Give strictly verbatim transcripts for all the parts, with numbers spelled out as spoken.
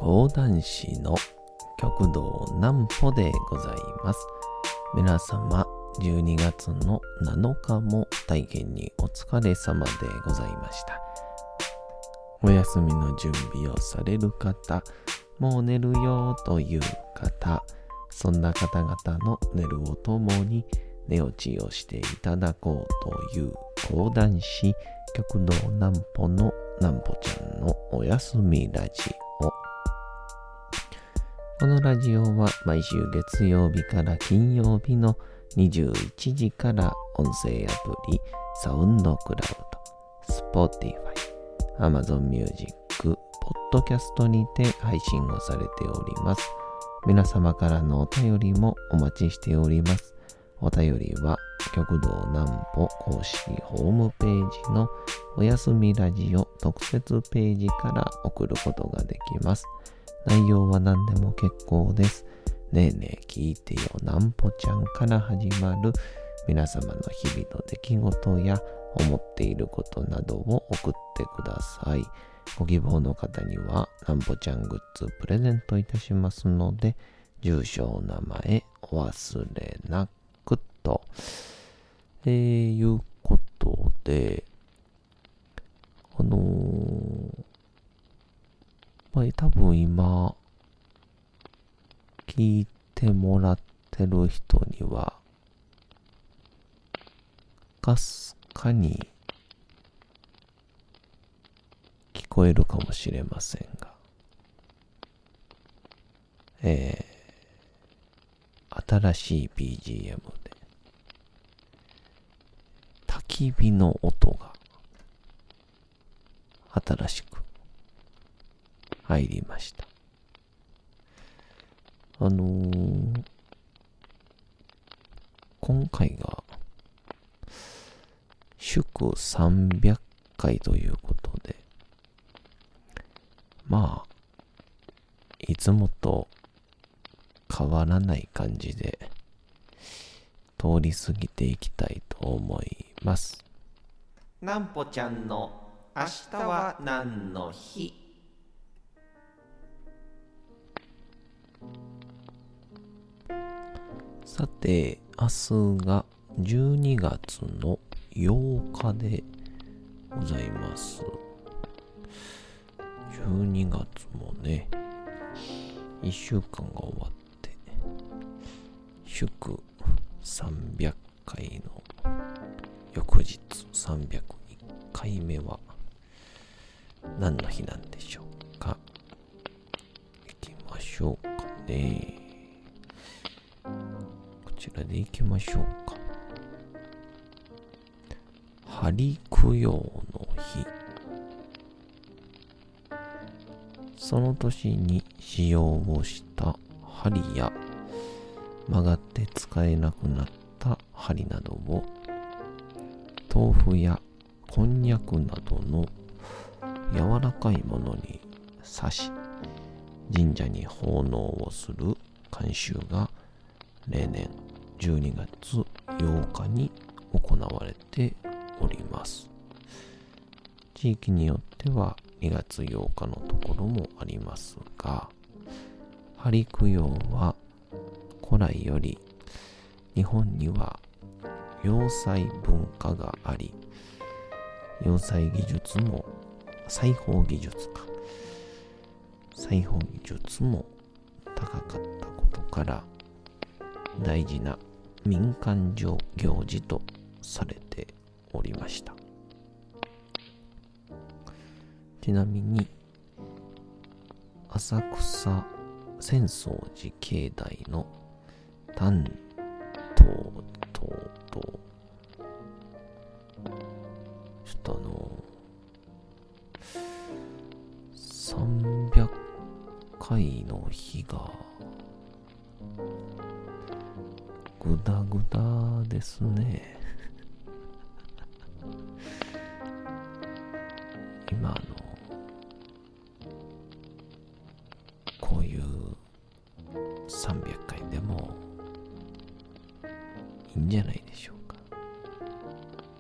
講談師の極道南歩でございます。皆様じゅうにがつのなのかも大変にお疲れ様でございました。お休みの準備をされる方、もう寝るよという方、そんな方々の寝るをともに寝落ちをしていただこうという講談師極道南歩の南歩ちゃんのおやすみラジオ。このラジオは毎週月曜日から金曜日のにじゅういちじから音声アプリサウンドクラウド、Spotify、Amazon Music、ポッドキャストにて配信をされております。皆様からのお便りもお待ちしております。お便りは極道南歩公式ホームページのおやすみラジオ特設ページから送ることができます。内容は何でも結構です。ねえねえ聞いてよ南歩ちゃんから始まる皆様の日々の出来事や思っていることなどを送ってください。ご希望の方には南歩ちゃんグッズプレゼントいたしますので、住所お名前お忘れなくと、えー、いうことで、あのー、まあ、多分今聞いてもらってる人にはかすかに聞こえるかもしれませんが、えー、新しい ビージーエム で焚き火の音が新しく入りました。あのー、今回が祝さんびゃっかいということで、まあいつもと変わらない感じで通り過ぎていきたいと思います。南歩ちゃんの明日は何の日。さて、明日がじゅうにがつのようかでございます。じゅうにがつもね、いっしゅうかんが終わって、祝さんびゃっかいの翌日さんびゃくいっかいめは何の日なんでしょうか。いきましょうかね。こちらでいきましょうか。針供養の日。その年に使用をした針や曲がって使えなくなった針などを豆腐やこんにゃくなどの柔らかいものに刺し、神社に奉納をする慣習が例年じゅうにがつようかに行われております。地域によってはにがつようかのところもありますが、針供養は古来より日本には洋裁文化があり、洋裁技術も裁縫技術か裁縫技術も高かったことから大事な民間行事とされておりました。ちなみに浅草浅草寺境内の丹東塔と、ちょっとあのさんびゃっかいの日がぐだぐだですね。今あのこういうさんびゃっかいでもいいんじゃないでしょうか。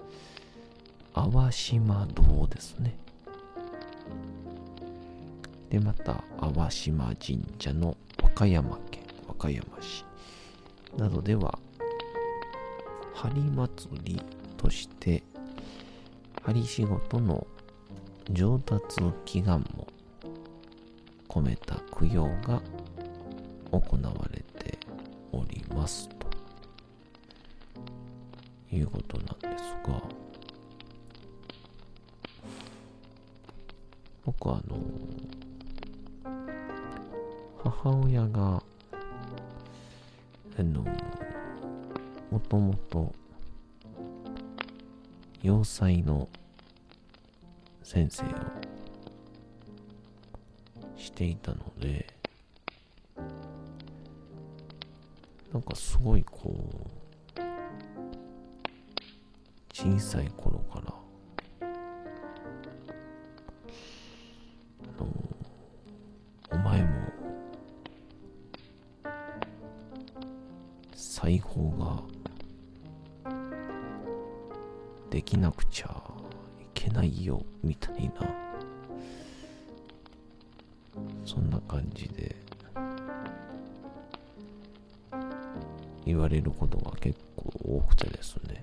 淡島堂ですね。 でまた淡島神社の和歌山県和歌山市などでは針祭りとして針仕事の上達祈願も込めた供養が行われておりますということなんですが、僕はあの母親があのもともと洋裁の先生をしていたので、なんかすごいこう小さい頃からあのお前も裁縫ができなくちゃいけないよみたいな、そんな感じで言われることが結構多くてですね、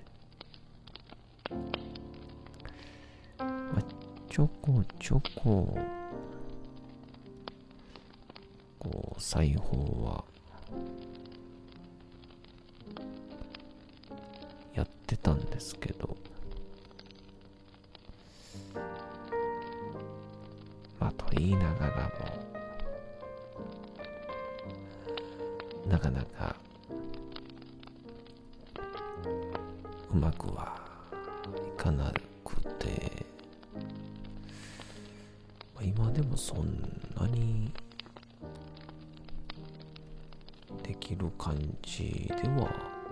まあ、ちょこちょここう裁縫はやってたんですけど、まあと言いながらもなかなかうまくはいかなくて、まあ、今でもそんなにできる感じでは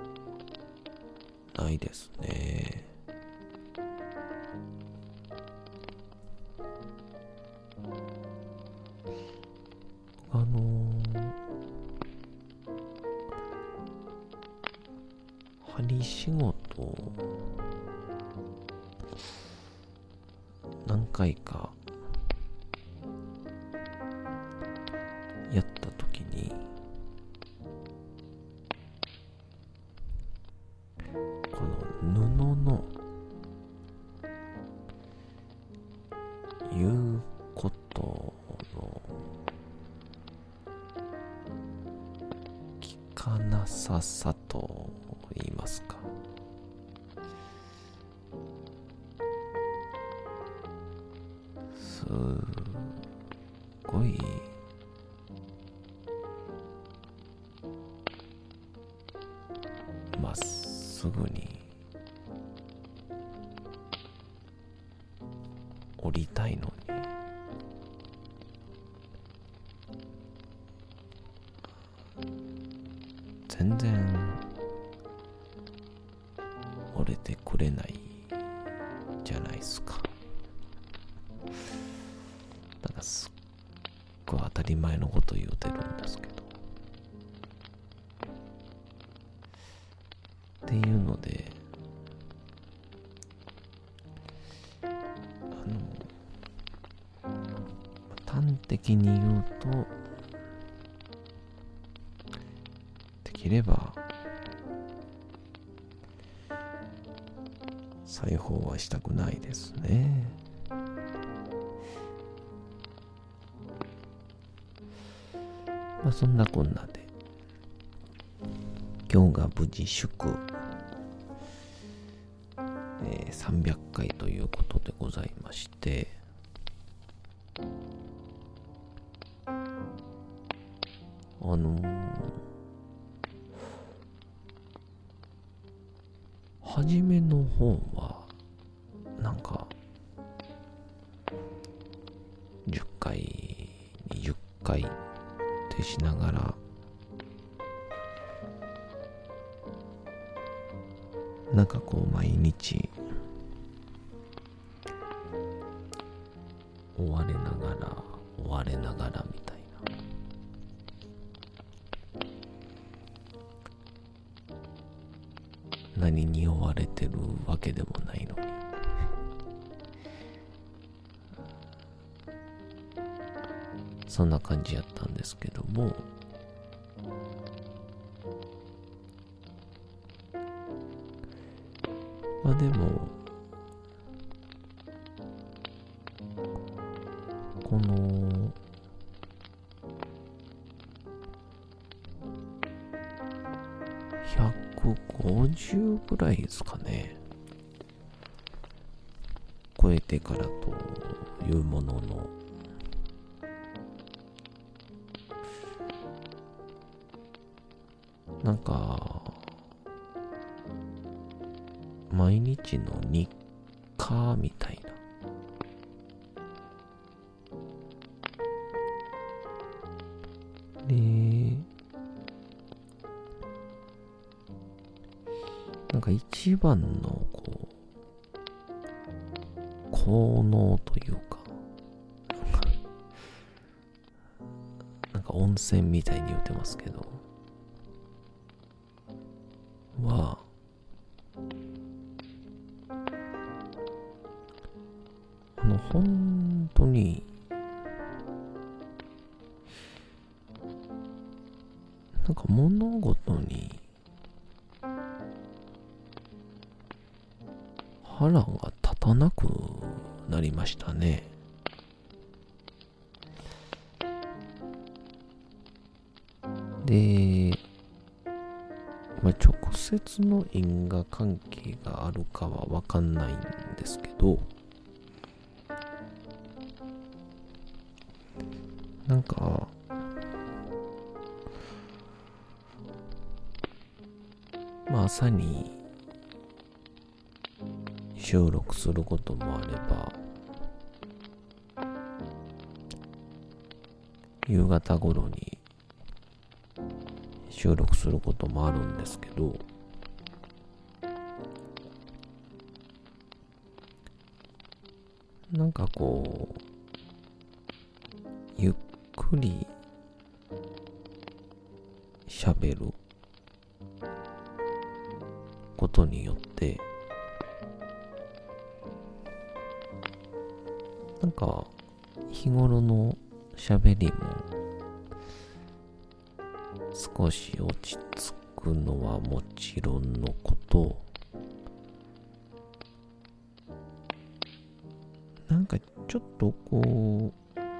ないですね。あのー、針仕事何回かやったときに、この布の言うことの聞かなささと言いますか、すごいまっすぐに降りたいのに、全然折れてくれないじゃないですか。ただすっごい当たり前のこと言うてるんですけど、っていうので、あの端的に言うと、できれば裁縫はしたくないですね。まあそんなこんなで今日が無事祝、えー、さんびゃっかいということでございまして、あのー、初めの方はなんかじゅっかいにじゅっかいってしながら、なんかこう毎日追われながら追われながらみたいな、何に追われてるわけでもないのに、 そんな感じやったんですけども、まあでもこのひゃくごじゅうぐらいですかね、超えてからというものの、なんか毎日の日課みたいな、でなんか一番のこう効能というか、なんか温泉みたいに言ってますけどは、あの本当になんか物事に腹が立たなくなりましたね。で、まあ、直接の因果関係があるかはわかんないんですけど、なんかまあ朝に収録することもあれば、夕方頃に収録することもあるんですけど、なんかこうゆっくり喋ることによってなんか日頃の喋りも少し落ち着くのはもちろんのこと、なんかちょっとこ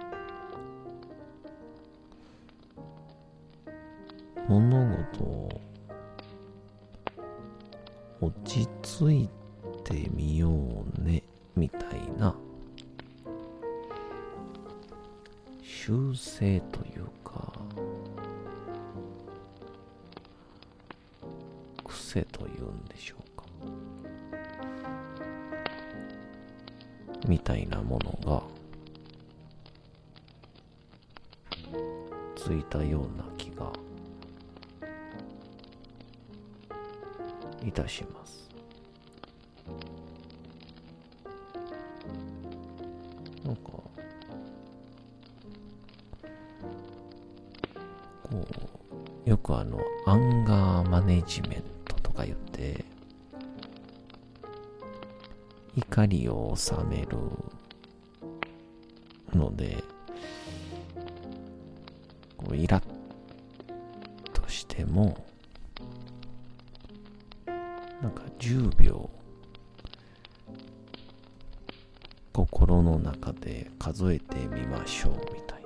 う物事を落ち着いてみようねみたいな修正というか癖というんでしょうか、みたいなものがついたような気がいたします。なんかこうよくあのアンガーマネジメントとか言って怒りを収めるので、こうイラッとしてもなんかじゅうびょう心の中で数えてみましょうみたいな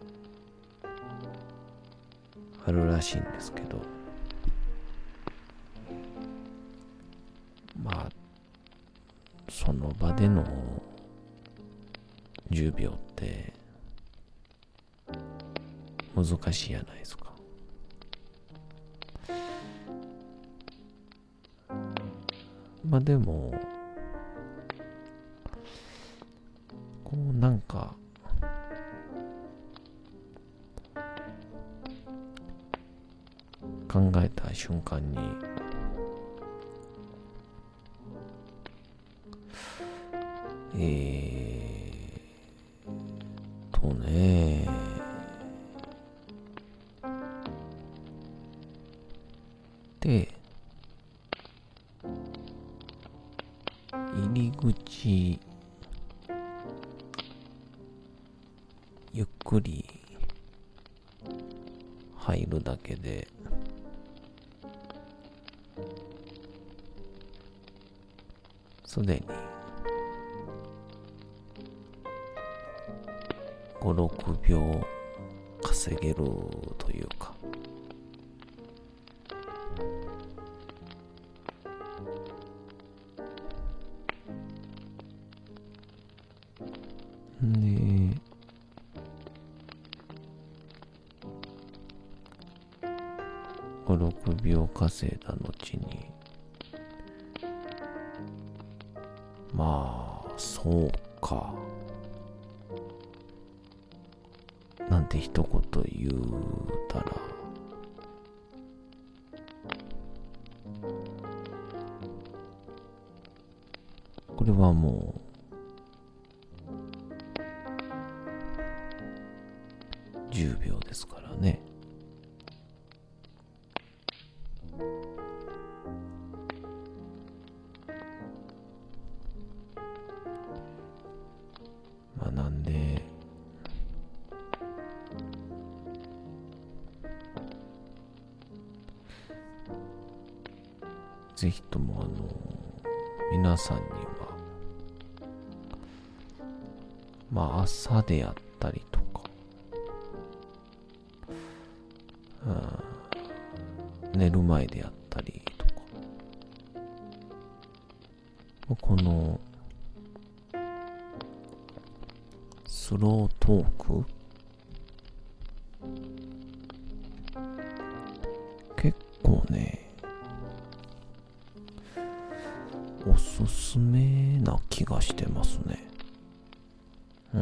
あるらしいんですけど、まあその場でのじゅうびょうって難しいやないですか。まあでもこうなんか考えた瞬間にえーとねで入り口ゆっくり入るだけですでにご、ろくびょう稼げるというか、でご、ろくびょう稼いだ後に、まあそうかなんて一言言うたら、これはもうじゅうびょうですからね。まあなんでぜひともあの皆さんにはまあ朝であったりとか、うん、寝る前であったりとか、このスロートーク結構ねおすすめな気がしてますね。うん。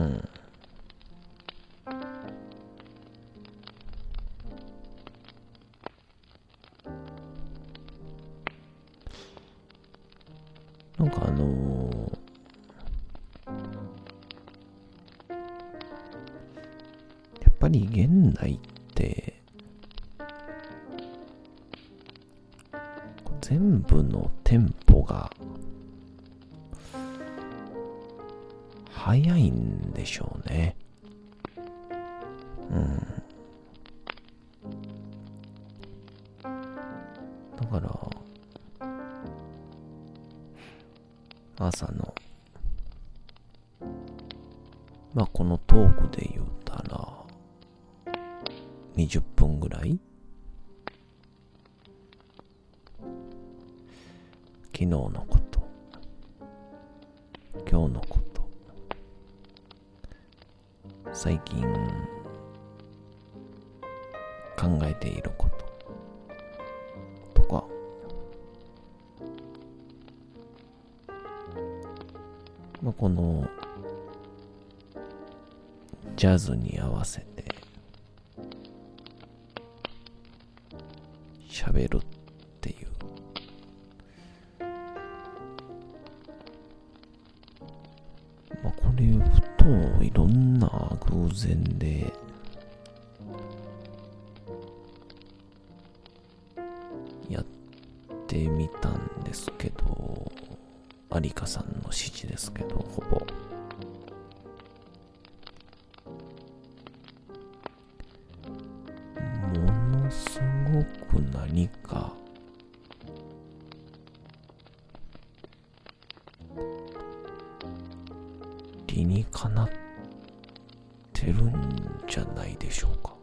なんかあのー、やっぱり現代って全部のテンポが早いんでしょうね。うん。だから朝のまあこのトークで言うたらにじゅっぷんぐらい、昨日のこと、今日のこと、最近考えていることとか、まあ、このジャズに合わせて喋るっていう、まあ、これふといろんな偶然でやってみたんですけど、アリカさんの指示ですけど、ほぼものすごく何か理にかなってるんじゃないでしょうか。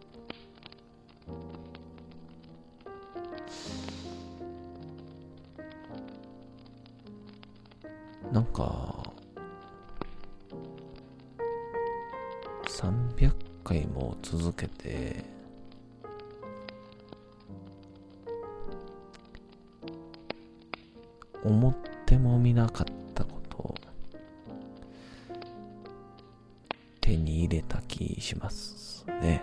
なんかさんびゃっかいも続けて思ってもみなかったことを手に入れた気しますね。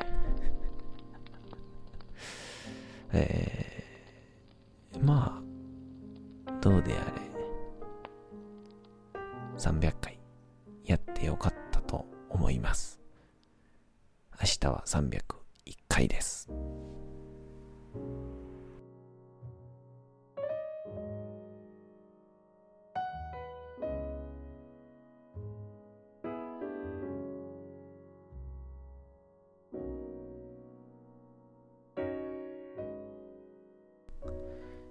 えー、まあどうであれさんびゃっかいやってよかったと思います。明日はさんびゃくいっかいです。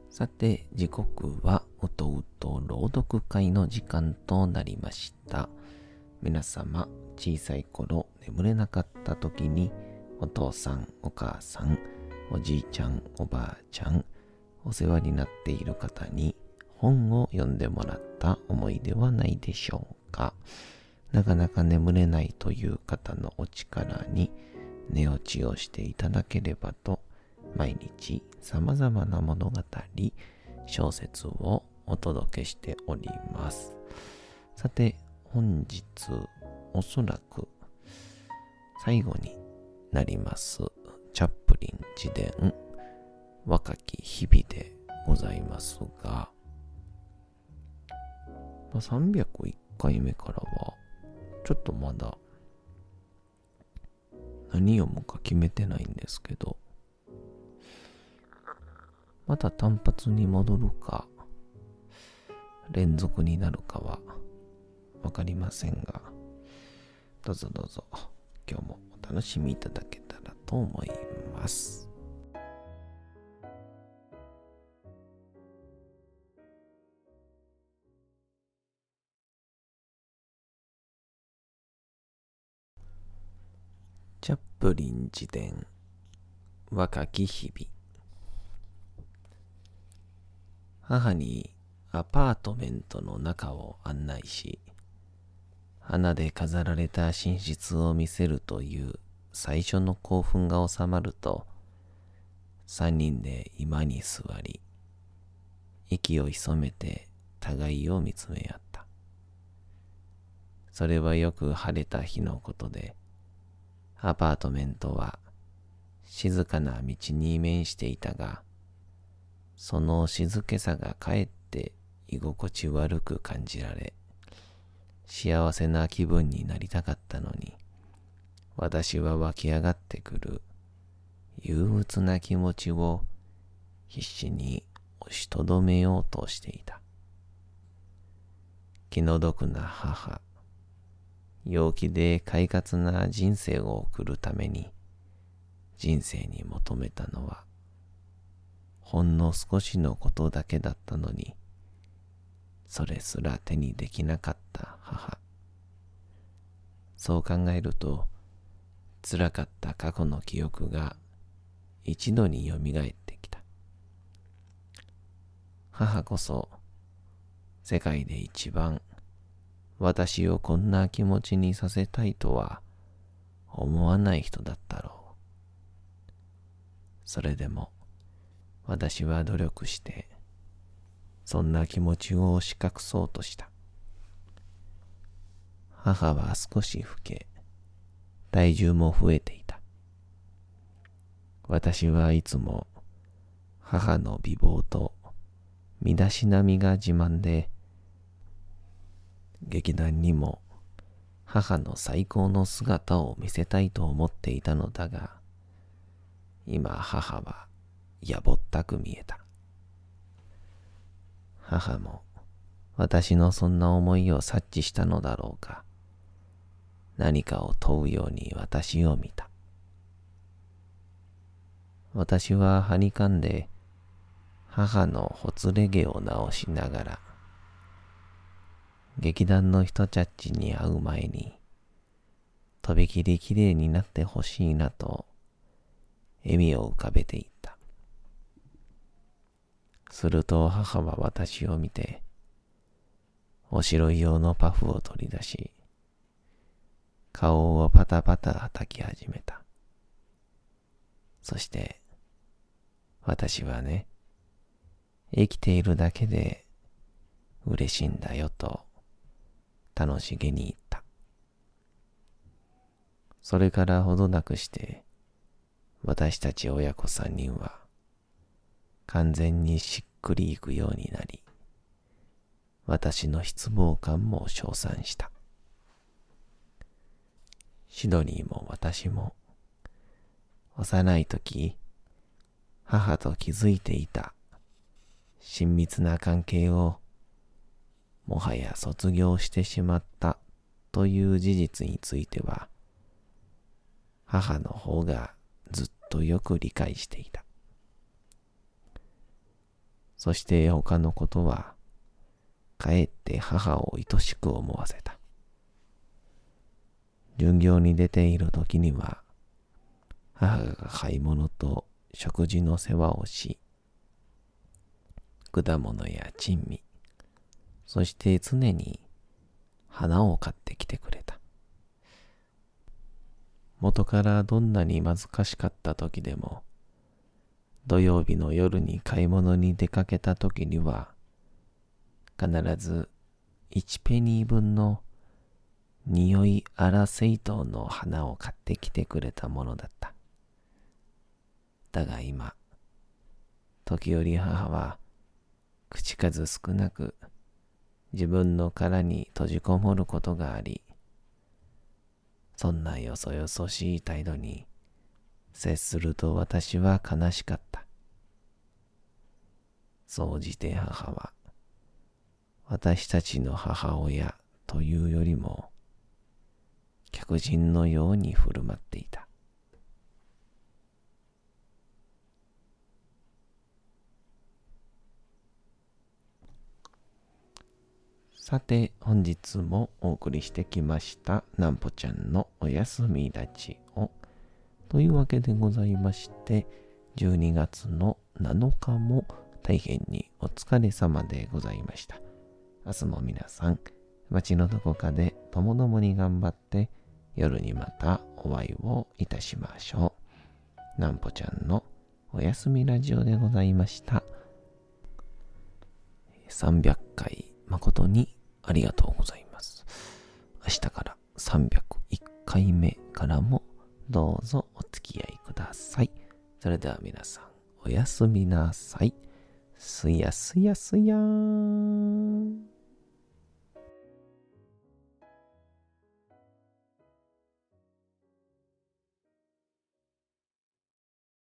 さて、時刻はうとうと朗読会の時間となりました。皆様、小さい頃眠れなかった時に、お父さん、お母さん、おじいちゃん、おばあちゃん、お世話になっている方に本を読んでもらった思いではないでしょうか。なかなか眠れないという方のお力に寝落ちをしていただければと、毎日様々な物語、小説をお届けしております。さて、本日おそらく最後になりますチャップリン自伝若き日々でございますが、さんびゃくいっかいめからはちょっとまだ何読むか決めてないんですけど、また単発に戻るか連続になるかはわかりませんが、どうぞどうぞ今日もお楽しみいただけたらと思います。チャップリン自伝若き日々。母にアパートメントの中を案内し、花で飾られた寝室を見せるという最初の興奮が収まると、三人で居間に座り、息を潜めて互いを見つめ合った。それはよく晴れた日のことで、アパートメントは静かな道に面していたが、その静けさがかえって居心地悪く感じられ、幸せな気分になりたかったのに、私は湧き上がってくる憂鬱な気持ちを必死に押しとどめようとしていた。気の毒な母、陽気で快活な人生を送るために、人生に求めたのは、ほんの少しのことだけだったのに、それすら手にできなかった母。そう考えると、辛かった過去の記憶が一度によみがえってきた。母こそ、世界で一番私をこんな気持ちにさせたいとは思わない人だったろう。それでも私は努力してそんな気持ちを押し隠そうとした。母は少し老け、体重も増えていた。私はいつも母の美貌と身だしなみが自慢で、劇団にも母の最高の姿を見せたいと思っていたのだが、今母はやぼったく見えた。母も私のそんな思いを察知したのだろうか、何かを問うように私を見た。私ははにかんで母のほつれ毛を直しながら、劇団の人たちに会う前に、とびきりきれいになってほしいなと、笑みを浮かべていった。すると母は私を見て、おしろい用のパフを取り出し、顔をパタパタ叩き始めた。そして、私はね、生きているだけで嬉しいんだよと楽しげに言った。それからほどなくして私たち親子三人は完全にしっくりいくようになり、私の失望感も消散した。シドニーも私も幼い時母と築いていた親密な関係をもはや卒業してしまったという事実については、母の方がずっとよく理解していた。 そして他のことは、かえって母を愛しく思わせた。巡業に出ている時には、母が買い物と食事の世話をし、果物や珍味、そして常に花を買ってきてくれた。元からどんなに貧しかった時でも、土曜日の夜に買い物に出かけた時には、必ずいちペニー分の匂い荒水筒の花を買ってきてくれたものだった。だが今、時折母は口数少なく自分の殻に閉じこもることがあり、そんなよそよそしい態度に接すると私は悲しかった。そうじて母は、私たちの母親というよりも、客人のように振る舞っていた。さて、本日もお送りしてきましたなんぽちゃんのおやすみラジオというわけでございまして、じゅうにがつのなのかも大変にお疲れ様でございました。明日も皆さん、街のどこかでともどもに頑張って夜にまたお会いをいたしましょう。なんぽちゃんのおやすみラジオでございました。さんびゃっかい誠にありがとうございます。明日からさんびゃくいっかいめからもどうぞお付き合いください。それでは皆さんおやすみなさい。すやすやすやーん。